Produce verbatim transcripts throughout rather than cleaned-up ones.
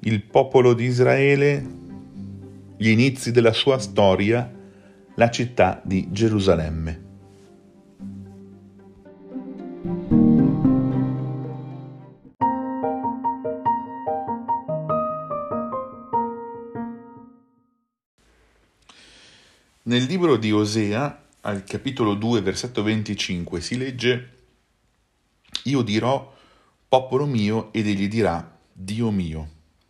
il popolo di Israele, gli inizi della sua storia, la città di Gerusalemme. Nel libro di Osea, al capitolo due, versetto venticinque, si legge: «Io dirò popolo mio ed egli dirà Dio mio».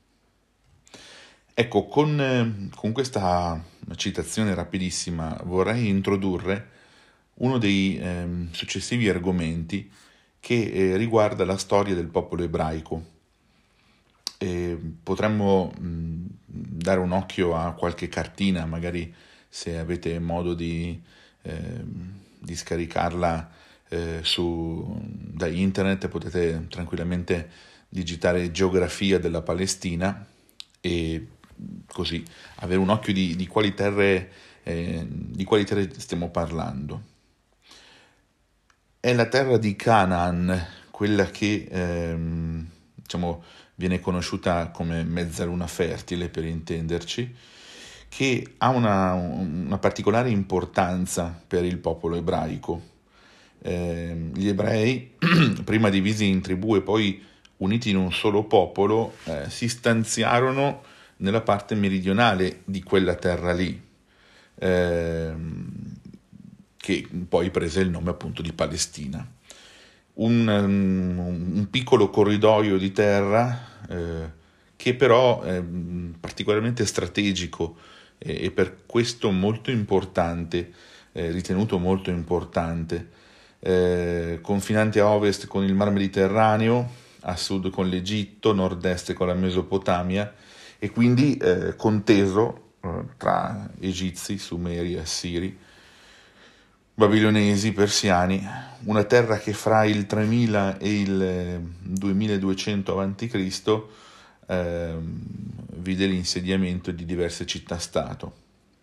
Ecco, con, con questa citazione rapidissima vorrei introdurre uno dei eh, successivi argomenti che eh, riguarda la storia del popolo ebraico. E potremmo mh, dare un occhio a qualche cartina, magari se avete modo di, eh, di scaricarla eh, su, da internet, potete tranquillamente digitare geografia della Palestina e così avere un occhio di, di quali terre eh, di quali terre stiamo parlando. È la terra di Canaan, quella che ehm, diciamo viene conosciuta come mezzaluna fertile, per intenderci, che ha una, una particolare importanza per il popolo ebraico. Eh, gli ebrei, prima divisi in tribù e poi uniti in un solo popolo, eh, si stanziarono nella parte meridionale di quella terra lì, eh, che poi prese il nome appunto di Palestina. Un, um, un piccolo corridoio di terra eh, che però è particolarmente strategico e, e per questo molto importante, eh, ritenuto molto importante, eh, confinante a ovest con il Mar Mediterraneo, a sud con l'Egitto, nord-est con la Mesopotamia, e quindi eh, conteso eh, tra egizi, sumeri, assiri, babilonesi, persiani, una terra che fra il tremila e il duemiladuecento avanti Cristo eh, vide l'insediamento di diverse città-stato.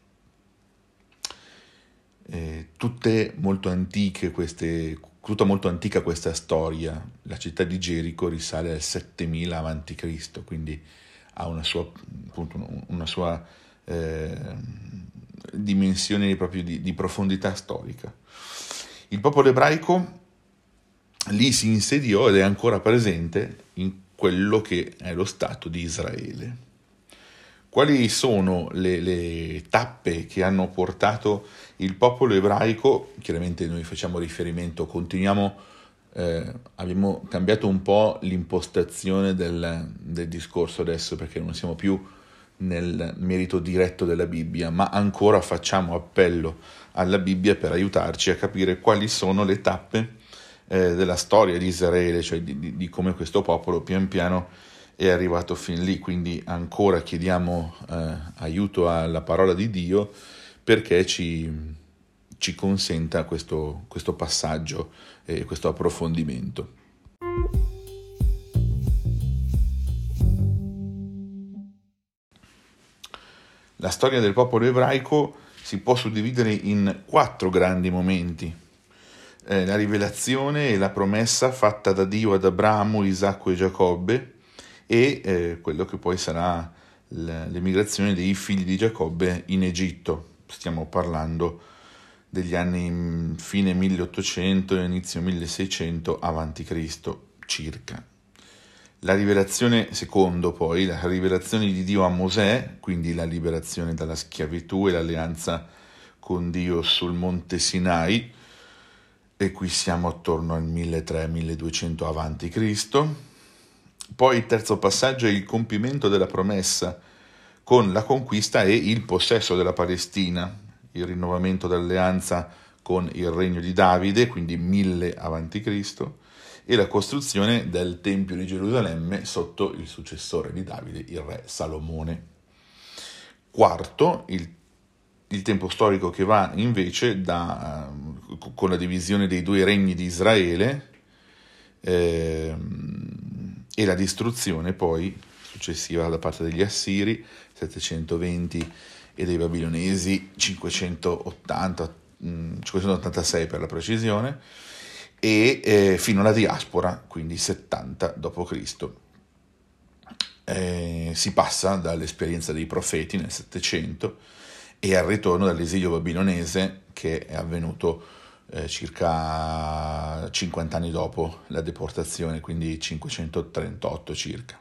Eh, tutte molto antiche queste, tutta molto antica questa storia. La città di Gerico risale al settemila avanti Cristo, quindi ha una sua, appunto, una sua eh, dimensione proprio di, di profondità storica. Il popolo ebraico lì si insediò ed è ancora presente in quello che è lo Stato di Israele. Quali sono le, le tappe che hanno portato il popolo ebraico? Chiaramente noi facciamo riferimento, continuiamo, eh, abbiamo cambiato un po' l'impostazione del, del discorso adesso, perché non siamo più nel merito diretto della Bibbia, ma ancora facciamo appello alla Bibbia per aiutarci a capire quali sono le tappe eh, della storia di Israele, cioè di, di, di come questo popolo pian piano è arrivato fin lì. Quindi ancora chiediamo eh, aiuto alla parola di Dio perché ci, ci consenta questo, questo passaggio e questo approfondimento. La storia del popolo ebraico si può suddividere in quattro grandi momenti. Eh, la rivelazione e la promessa fatta da Dio ad Abramo, Isacco e Giacobbe, e eh, quello che poi sarà l'emigrazione dei figli di Giacobbe in Egitto. Stiamo parlando degli anni fine milleottocento e inizio milleseicento avanti Cristo circa. La rivelazione, secondo poi, la rivelazione di Dio a Mosè, quindi la liberazione dalla schiavitù e l'alleanza con Dio sul monte Sinai, e qui siamo attorno al milletrecento milleduecento avanti Cristo. Poi il terzo passaggio è il compimento della promessa con la conquista e il possesso della Palestina, il rinnovamento dell'alleanza con il regno di Davide, quindi mille avanti Cristo, e la costruzione del Tempio di Gerusalemme sotto il successore di Davide, il re Salomone. Quarto, il, il tempo storico che va invece da, con la divisione dei due regni di Israele eh, e la distruzione poi successiva da parte degli Assiri, settecentoventi, e dei Babilonesi, cinquecentottanta, cinquecentottantasei per la precisione, e eh, fino alla diaspora, quindi settanta dopo Cristo. eh, si passa dall'esperienza dei profeti nel Settecento e al ritorno dall'esilio babilonese che è avvenuto eh, circa cinquanta anni dopo la deportazione, quindi cinquecentotrentotto circa.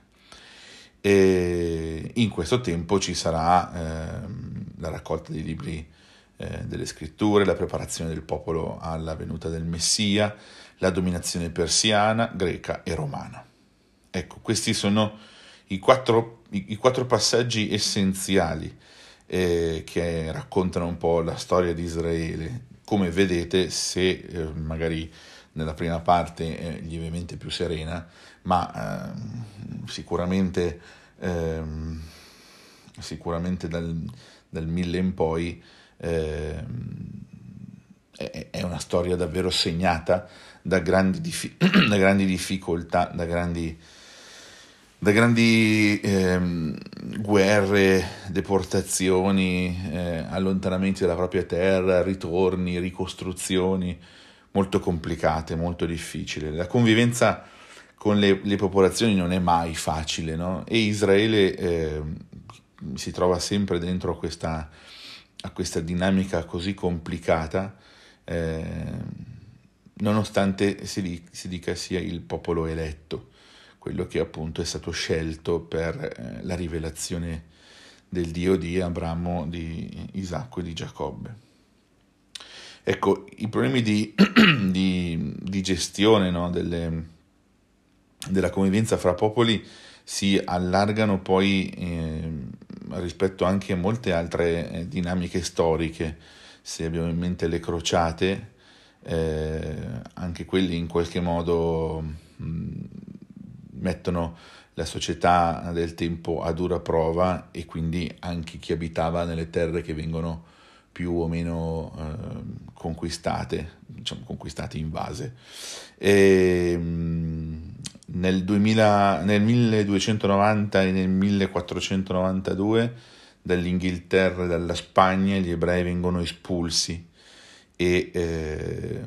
E in questo tempo ci sarà ehm, la raccolta dei libri eh, delle scritture, la preparazione del popolo alla venuta del Messia, la dominazione persiana, greca e romana. Ecco, questi sono i quattro, i, i quattro passaggi essenziali eh, che raccontano un po' la storia di Israele. Come vedete, se eh, magari nella prima parte è lievemente più serena, ma eh, sicuramente, eh, sicuramente dal, dal mille in poi eh, è, è una storia davvero segnata da grandi, dif- da grandi difficoltà, da grandi, da grandi ehm, guerre, deportazioni, eh, allontanamenti dalla propria terra, ritorni, ricostruzioni molto complicate, molto difficili. La convivenza con le, le popolazioni non è mai facile, no? E Israele eh, si trova sempre dentro a questa, a questa dinamica così complicata, eh, nonostante si, di, si dica sia il popolo eletto, quello che appunto è stato scelto per eh, la rivelazione del Dio di Abramo, di Isacco e di Giacobbe. Ecco, i problemi di, di, di gestione, no, delle, della convivenza fra popoli si allargano poi eh, rispetto anche a molte altre eh, dinamiche storiche. Se abbiamo in mente le crociate, eh, anche quelli in qualche modo mh, mettono la società del tempo a dura prova e quindi anche chi abitava nelle terre che vengono più o meno eh, conquistate, diciamo conquistate, invase. E, mh, nel, duemila, nel milleduecentonovanta e nel millequattrocentonovantadue dall'Inghilterra e dalla Spagna gli ebrei vengono espulsi e, eh,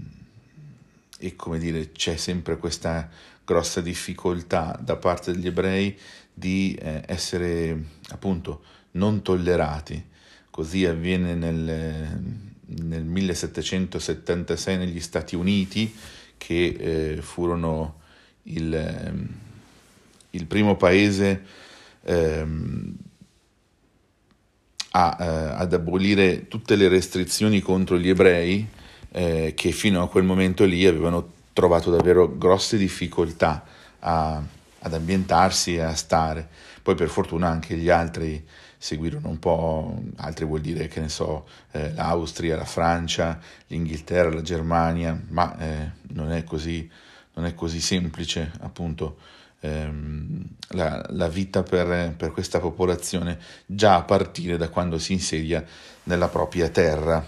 e come dire, c'è sempre questa grossa difficoltà da parte degli ebrei di eh, essere appunto non tollerati. Così avviene nel, nel millesettecentosettantasei negli Stati Uniti, che eh, furono il, il primo paese ehm, a, eh, ad abolire tutte le restrizioni contro gli ebrei eh, che fino a quel momento lì avevano trovato davvero grosse difficoltà a, ad ambientarsi e a stare. Poi per fortuna anche gli altri seguirono un po', altri vuol dire che ne so, eh, l'Austria, la Francia, l'Inghilterra, la Germania, ma eh, non è così, non è così semplice appunto ehm, la, la vita per, per questa popolazione già a partire da quando si insedia nella propria terra.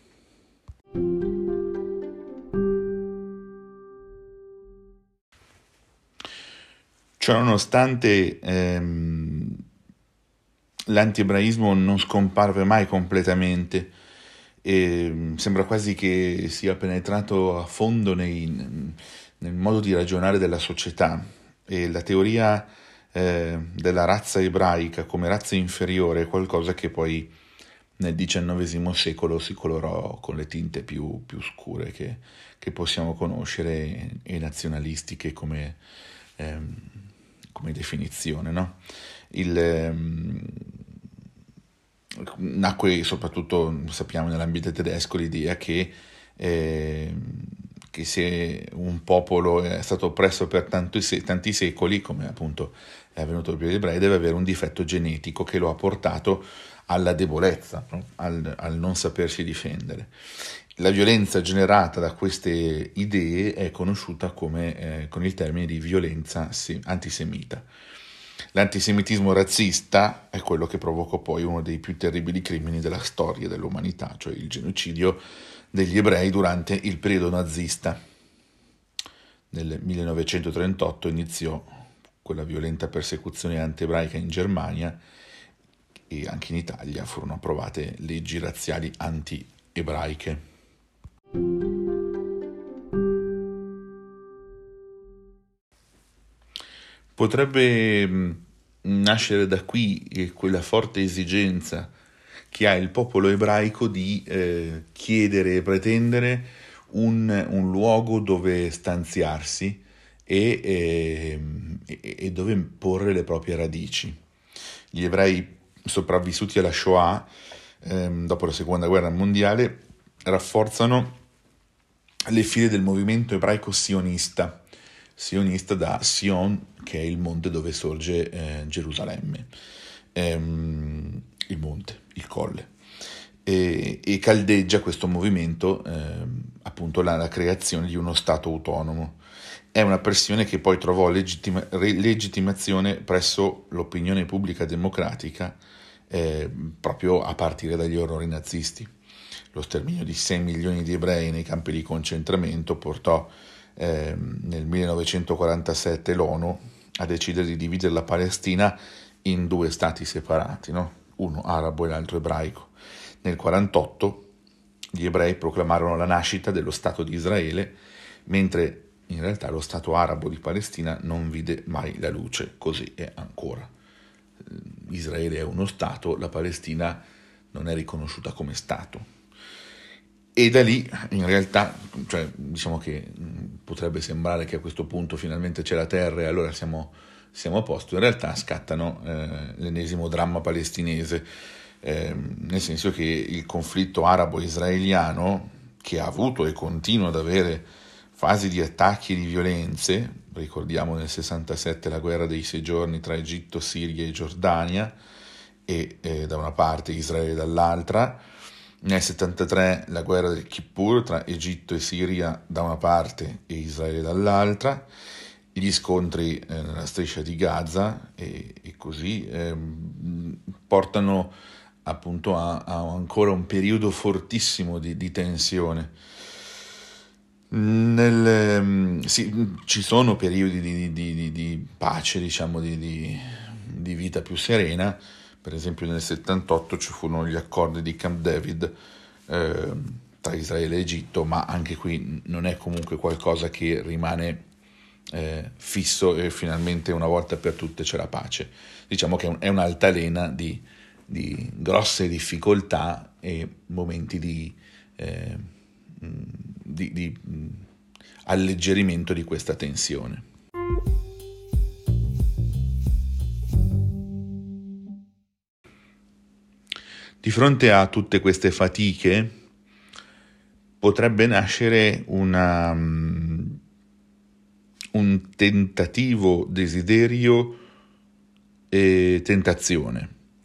Ciononostante ehm, l'antiebraismo non scomparve mai completamente e sembra quasi che sia penetrato a fondo nei, nel modo di ragionare della società e la teoria eh, della razza ebraica come razza inferiore è qualcosa che poi nel diciannovesimo secolo si colorò con le tinte più, più scure che, che possiamo conoscere e nazionalistiche come, ehm, come definizione, no? Il, ehm, nacque soprattutto, sappiamo, nell'ambiente tedesco l'idea che, eh, che se un popolo è stato oppresso per tanti, tanti secoli, come appunto è avvenuto per gli ebrei, deve avere un difetto genetico che lo ha portato alla debolezza, no? al, al non sapersi difendere. La violenza generata da queste idee è conosciuta come, eh, con il termine di violenza antisemita. L'antisemitismo razzista è quello che provocò poi uno dei più terribili crimini della storia dell'umanità, cioè il genocidio degli ebrei durante il periodo nazista. Nel millenovecentotrentotto iniziò quella violenta persecuzione anti-ebraica in Germania e anche in Italia furono approvate leggi razziali anti-ebraiche. Potrebbe nascere da qui quella forte esigenza che ha il popolo ebraico di eh, chiedere e pretendere un, un luogo dove stanziarsi e, e, e dove porre le proprie radici. Gli ebrei sopravvissuti alla Shoah, ehm, dopo la seconda guerra mondiale, rafforzano le file del movimento ebraico sionista, sionista da Sion, che è il monte dove sorge eh, Gerusalemme, ehm, il monte, il colle, e, e caldeggia questo movimento ehm, appunto la, la creazione di uno Stato autonomo. È una pressione che poi trovò legittima, legittimazione presso l'opinione pubblica democratica eh, proprio a partire dagli orrori nazisti. Lo sterminio di sei milioni di ebrei nei campi di concentramento portò eh, nel millenovecentoquarantasette l'ONU a decidere di dividere la Palestina in due stati separati, no? Uno arabo e l'altro ebraico. Nel millenovecentoquarantotto gli ebrei proclamarono la nascita dello Stato di Israele, mentre in realtà lo Stato arabo di Palestina non vide mai la luce, così è ancora. Israele è uno Stato, la Palestina non è riconosciuta come Stato. E da lì, in realtà, cioè, diciamo che potrebbe sembrare che a questo punto finalmente c'è la terra e allora siamo, siamo a posto. In realtà scattano eh, l'ennesimo dramma palestinese, eh, nel senso che il conflitto arabo-israeliano, che ha avuto e continua ad avere fasi di attacchi e di violenze, ricordiamo nel sessantasette la guerra dei sei giorni tra Egitto, Siria e Giordania, e eh, da una parte Israele dall'altra, nel settantatré la guerra del Kippur tra Egitto e Siria da una parte e Israele dall'altra, gli scontri eh, nella striscia di Gaza e, e così eh, portano appunto a, a ancora un periodo fortissimo di, di tensione. Nel, sì, ci sono periodi di, di, di, di pace, diciamo, di, di, di vita più serena. Per esempio nel settantotto ci furono gli accordi di Camp David eh, tra Israele e Egitto, ma anche qui non è comunque qualcosa che rimane eh, fisso e finalmente una volta per tutte c'è la pace. Diciamo che è un'altalena di, di grosse difficoltà e momenti di, eh, di, di alleggerimento di questa tensione. Di fronte a tutte queste fatiche potrebbe nascere una, um, un tentativo, desiderio e tentazione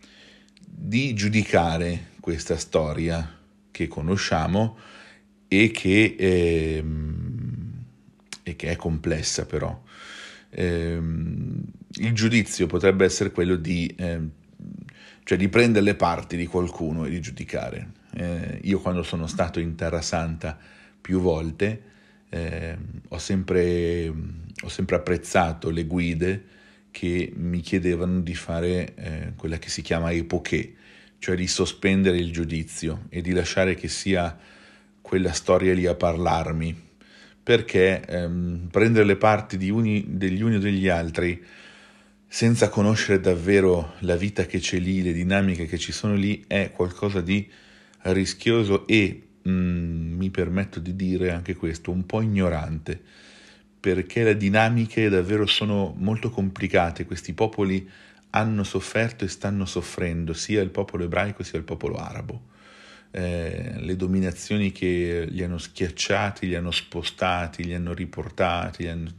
di giudicare questa storia che conosciamo e che, eh, e che è complessa però. Eh, il giudizio potrebbe essere quello di... Eh, cioè di prendere le parti di qualcuno e di giudicare. Eh, io quando sono stato in Terra Santa più volte eh, ho, sempre, ho sempre apprezzato le guide che mi chiedevano di fare eh, quella che si chiama epoché, cioè di sospendere il giudizio e di lasciare che sia quella storia lì a parlarmi, perché ehm, prendere le parti di uni, degli uni o degli altri senza conoscere davvero la vita che c'è lì, le dinamiche che ci sono lì, è qualcosa di rischioso e, mm, mi permetto di dire anche questo, un po' ignorante, perché le dinamiche davvero sono molto complicate. Questi popoli hanno sofferto e stanno soffrendo, sia il popolo ebraico sia il popolo arabo. Eh, le dominazioni che li hanno schiacciati, li hanno spostati, li hanno riportati, li hanno...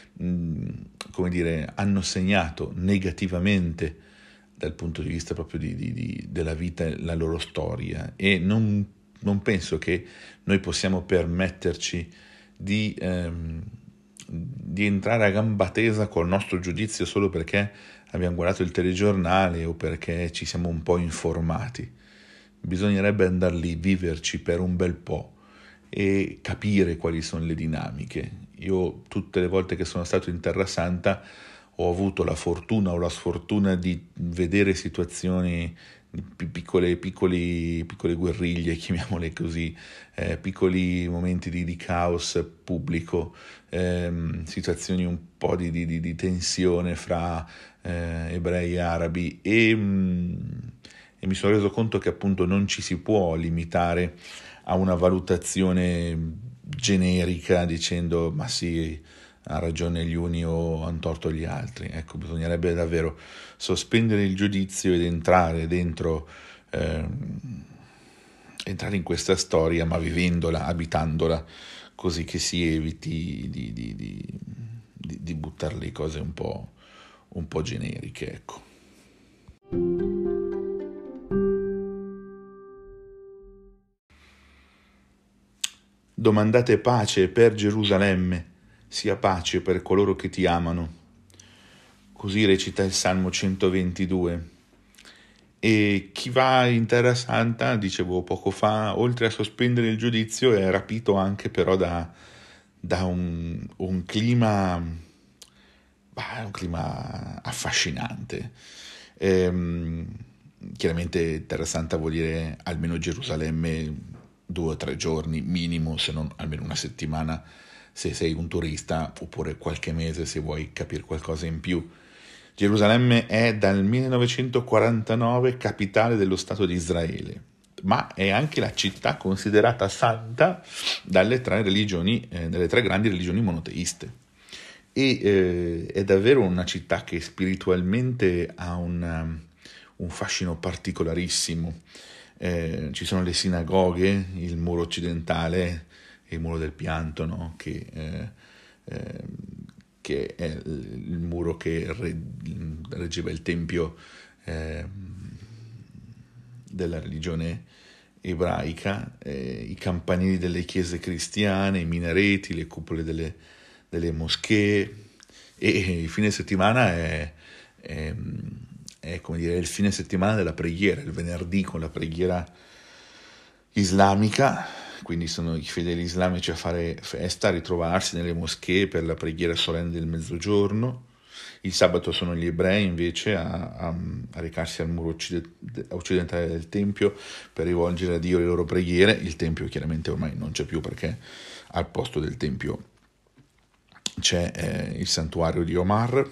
come dire, hanno segnato negativamente dal punto di vista proprio di, di, di, della vita la loro storia, e non, non penso che noi possiamo permetterci di, ehm, di entrare a gamba tesa col nostro giudizio solo perché abbiamo guardato il telegiornale o perché ci siamo un po' informati. Bisognerebbe andare lì, viverci per un bel po' e capire quali sono le dinamiche. Io tutte le volte che sono stato in Terra Santa ho avuto la fortuna o la sfortuna di vedere situazioni piccole, piccoli, piccole guerriglie, chiamiamole così, eh, piccoli momenti di, di caos pubblico, ehm, situazioni un po' di, di, di tensione fra eh, ebrei e arabi e, mh, e mi sono reso conto che appunto non ci si può limitare a una valutazione generica dicendo ma sì, ha ragione gli uni o hanno torto gli altri. Ecco, bisognerebbe davvero sospendere il giudizio ed entrare dentro, ehm, entrare in questa storia, ma vivendola, abitandola, così che si eviti di, di, di, di, di buttare le cose un po', un po' generiche, ecco. Domandate pace per Gerusalemme, sia pace per coloro che ti amano. Così recita il Salmo centoventidue. E chi va in Terra Santa, dicevo poco fa, oltre a sospendere il giudizio, è rapito anche però da, da un, un clima, bah, un clima affascinante. Ehm, chiaramente Terra Santa vuol dire almeno Gerusalemme due o tre giorni minimo, se non almeno una settimana se sei un turista, oppure qualche mese se vuoi capire qualcosa in più. Gerusalemme è dal millenovecentoquarantanove capitale dello Stato di Israele, ma è anche la città considerata santa dalle tre religioni, eh, dalle tre grandi religioni monoteiste. E eh, è davvero una città che spiritualmente ha un, un fascino particolarissimo. Eh, ci sono le sinagoghe, il muro occidentale e il muro del pianto, no? che, eh, eh, che è il muro che reggeva il tempio eh, della religione ebraica, eh, i campanili delle chiese cristiane, i minareti, le cupole delle, delle moschee, e il fine settimana è, è è come dire il fine settimana della preghiera, il venerdì con la preghiera islamica, quindi sono i fedeli islamici a fare festa, a ritrovarsi nelle moschee per la preghiera solenne del mezzogiorno. Il sabato sono gli ebrei invece a, a, a recarsi al muro occidentale del Tempio per rivolgere a Dio le loro preghiere. Il Tempio chiaramente ormai non c'è più perché al posto del Tempio c'è eh, il santuario di Omar.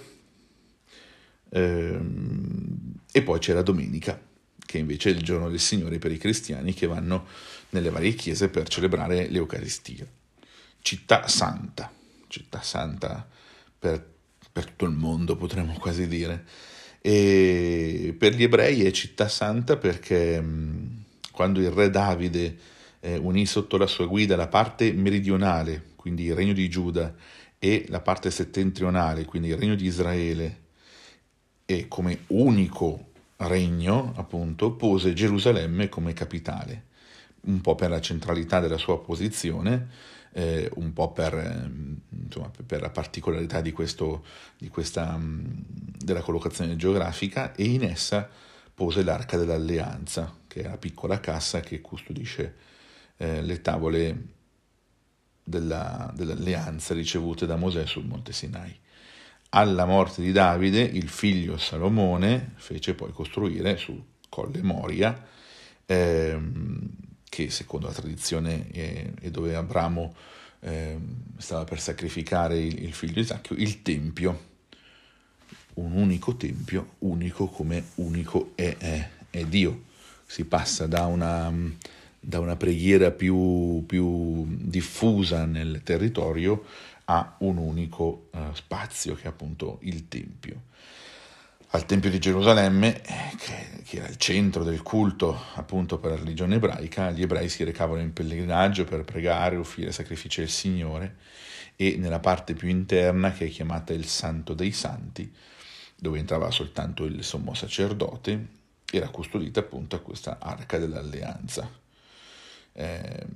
E poi c'è la domenica, che invece è il giorno del Signore per i cristiani che vanno nelle varie chiese per celebrare l'Eucaristia. Città santa, città santa per, per tutto il mondo, potremmo quasi dire. E per gli ebrei è città santa perché mh, quando il re Davide eh, unì sotto la sua guida la parte meridionale, quindi il regno di Giuda, e la parte settentrionale, quindi il regno di Israele, e come unico regno, appunto, pose Gerusalemme come capitale, un po' per la centralità della sua posizione, eh, un po' per, eh, insomma, per la particolarità di questo, di questa, mh, della collocazione geografica, e in essa pose l'Arca dell'Alleanza, che è la piccola cassa che custodisce eh, le tavole della, dell'alleanza ricevute da Mosè sul Monte Sinai. Alla morte di Davide, il figlio Salomone fece poi costruire sul Colle Moria, ehm, che secondo la tradizione è, è dove Abramo ehm, stava per sacrificare il, il figlio Isacchio, il Tempio, un unico Tempio, unico come unico è, è, è Dio. Si passa da una, da una preghiera più, più diffusa nel territorio a un unico uh, spazio che è appunto il Tempio. Al Tempio di Gerusalemme, eh, che, che era il centro del culto appunto per la religione ebraica, gli ebrei si recavano in pellegrinaggio per pregare, offrire sacrifici al Signore, e nella parte più interna, che è chiamata il Santo dei Santi, dove entrava soltanto il sommo sacerdote, era custodita appunto a questa Arca dell'Alleanza. Eh,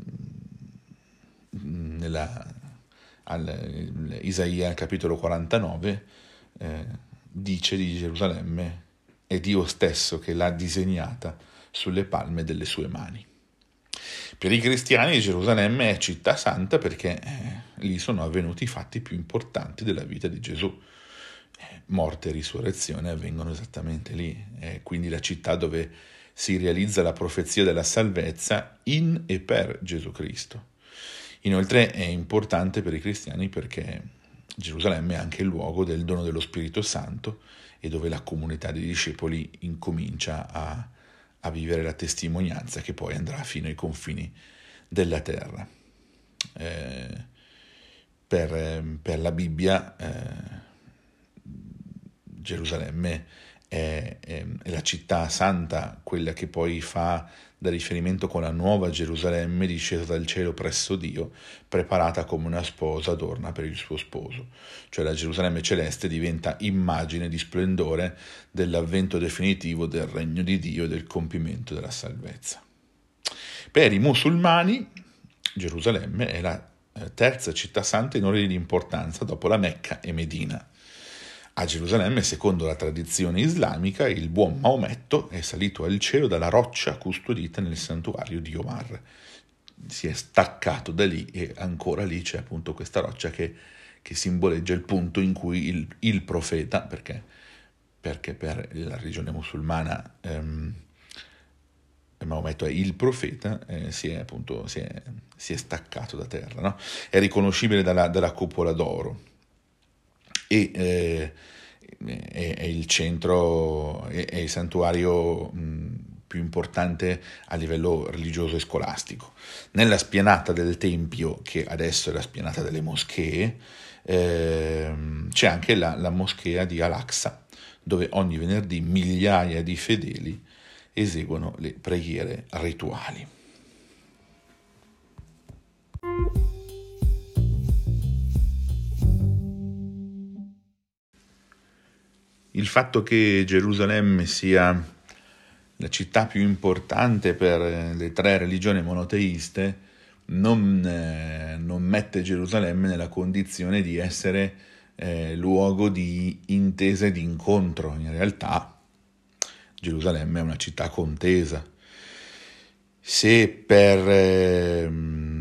nella Al, Isaia, capitolo quarantanove, eh, dice di Gerusalemme: è Dio stesso che l'ha disegnata sulle palme delle sue mani. Per i cristiani Gerusalemme è città santa perché eh, lì sono avvenuti i fatti più importanti della vita di Gesù. Eh, morte e risurrezione avvengono esattamente lì, è quindi la città dove si realizza la profezia della salvezza in e per Gesù Cristo. Inoltre è importante per i cristiani perché Gerusalemme è anche il luogo del dono dello Spirito Santo e dove la comunità dei discepoli incomincia a, a vivere la testimonianza che poi andrà fino ai confini della terra. Eh, per, per la Bibbia eh, Gerusalemme è, è, è la città santa, quella che poi fa da riferimento con la nuova Gerusalemme discesa dal cielo presso Dio, preparata come una sposa adorna per il suo sposo. Cioè la Gerusalemme celeste diventa immagine di splendore dell'avvento definitivo del regno di Dio e del compimento della salvezza. Per i musulmani Gerusalemme è la terza città santa in ordine di importanza dopo la Mecca e Medina. A Gerusalemme, secondo la tradizione islamica, il buon Maometto è salito al cielo dalla roccia custodita nel santuario di Omar. Si è staccato da lì e ancora lì c'è appunto questa roccia che, che simboleggia il punto in cui il, il profeta, perché, perché per la religione musulmana ehm, Maometto è il profeta, eh, si, è, appunto, si, è, si è staccato da terra, no? È riconoscibile dalla, dalla cupola d'oro. E eh, è, è il centro, è, è il santuario mh, più importante a livello religioso e scolastico. Nella spianata del Tempio, che adesso è la spianata delle moschee, eh, c'è anche la, la moschea di Al-Aqsa, dove ogni venerdì migliaia di fedeli eseguono le preghiere rituali. Il fatto che Gerusalemme sia la città più importante per le tre religioni monoteiste non, eh, non mette Gerusalemme nella condizione di essere eh, luogo di intesa e di incontro. In realtà Gerusalemme è una città contesa. Se per eh,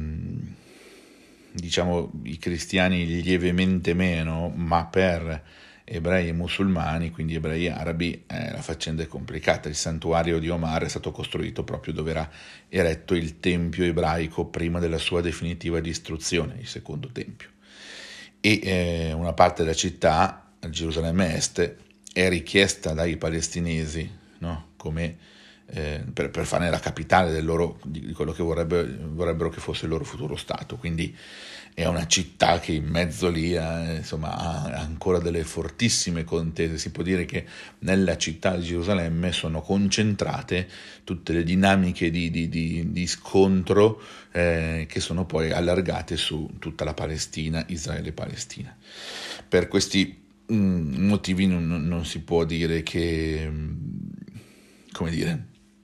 diciamo i cristiani lievemente meno, ma per ebrei e musulmani, quindi ebrei e arabi, eh, la faccenda è complicata. Il santuario di Omar è stato costruito proprio dove era eretto il tempio ebraico prima della sua definitiva distruzione, il secondo tempio. E eh, una parte della città, Gerusalemme Est, è richiesta dai palestinesi, no? Come eh, per, per farne la capitale del loro, di quello che vorrebbe, vorrebbero che fosse il loro futuro stato. Quindi è una città che in mezzo lì ha, insomma, ha ancora delle fortissime contese. Si può dire che nella città di Gerusalemme sono concentrate tutte le dinamiche di, di, di, di scontro eh, che sono poi allargate su tutta la Palestina, Israele e Palestina. Per questi mh, motivi non, non si può dire che, come dire,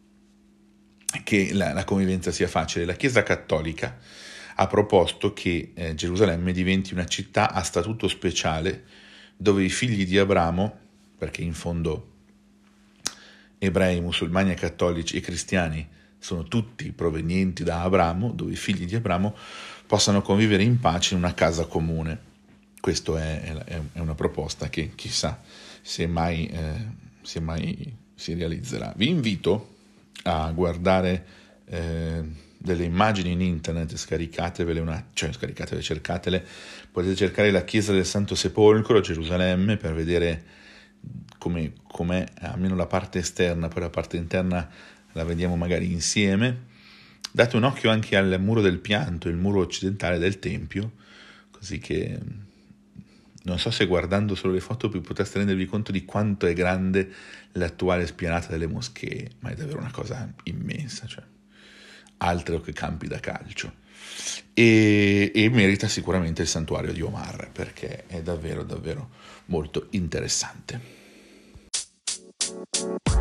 che la, la convivenza sia facile. La Chiesa Cattolica ha proposto che eh, Gerusalemme diventi una città a statuto speciale dove i figli di Abramo, perché in fondo ebrei, musulmani e cattolici e cristiani sono tutti provenienti da Abramo, dove i figli di Abramo possano convivere in pace in una casa comune. Questa è, è, è una proposta che chissà se mai, eh, se mai si realizzerà. Vi invito a guardare eh, delle immagini in internet, scaricatevele, una, cioè scaricatevele, cercatele, potete cercare la chiesa del Santo Sepolcro a Gerusalemme per vedere come com'è, almeno la parte esterna, poi la parte interna la vediamo magari insieme. Date un occhio anche al muro del pianto, il muro occidentale del Tempio, così che non so se guardando solo le foto potreste rendervi conto di quanto è grande l'attuale spianata delle moschee, ma è davvero una cosa immensa, cioè altro che campi da calcio. E, e merita sicuramente il santuario di Omar, perché è davvero davvero molto interessante.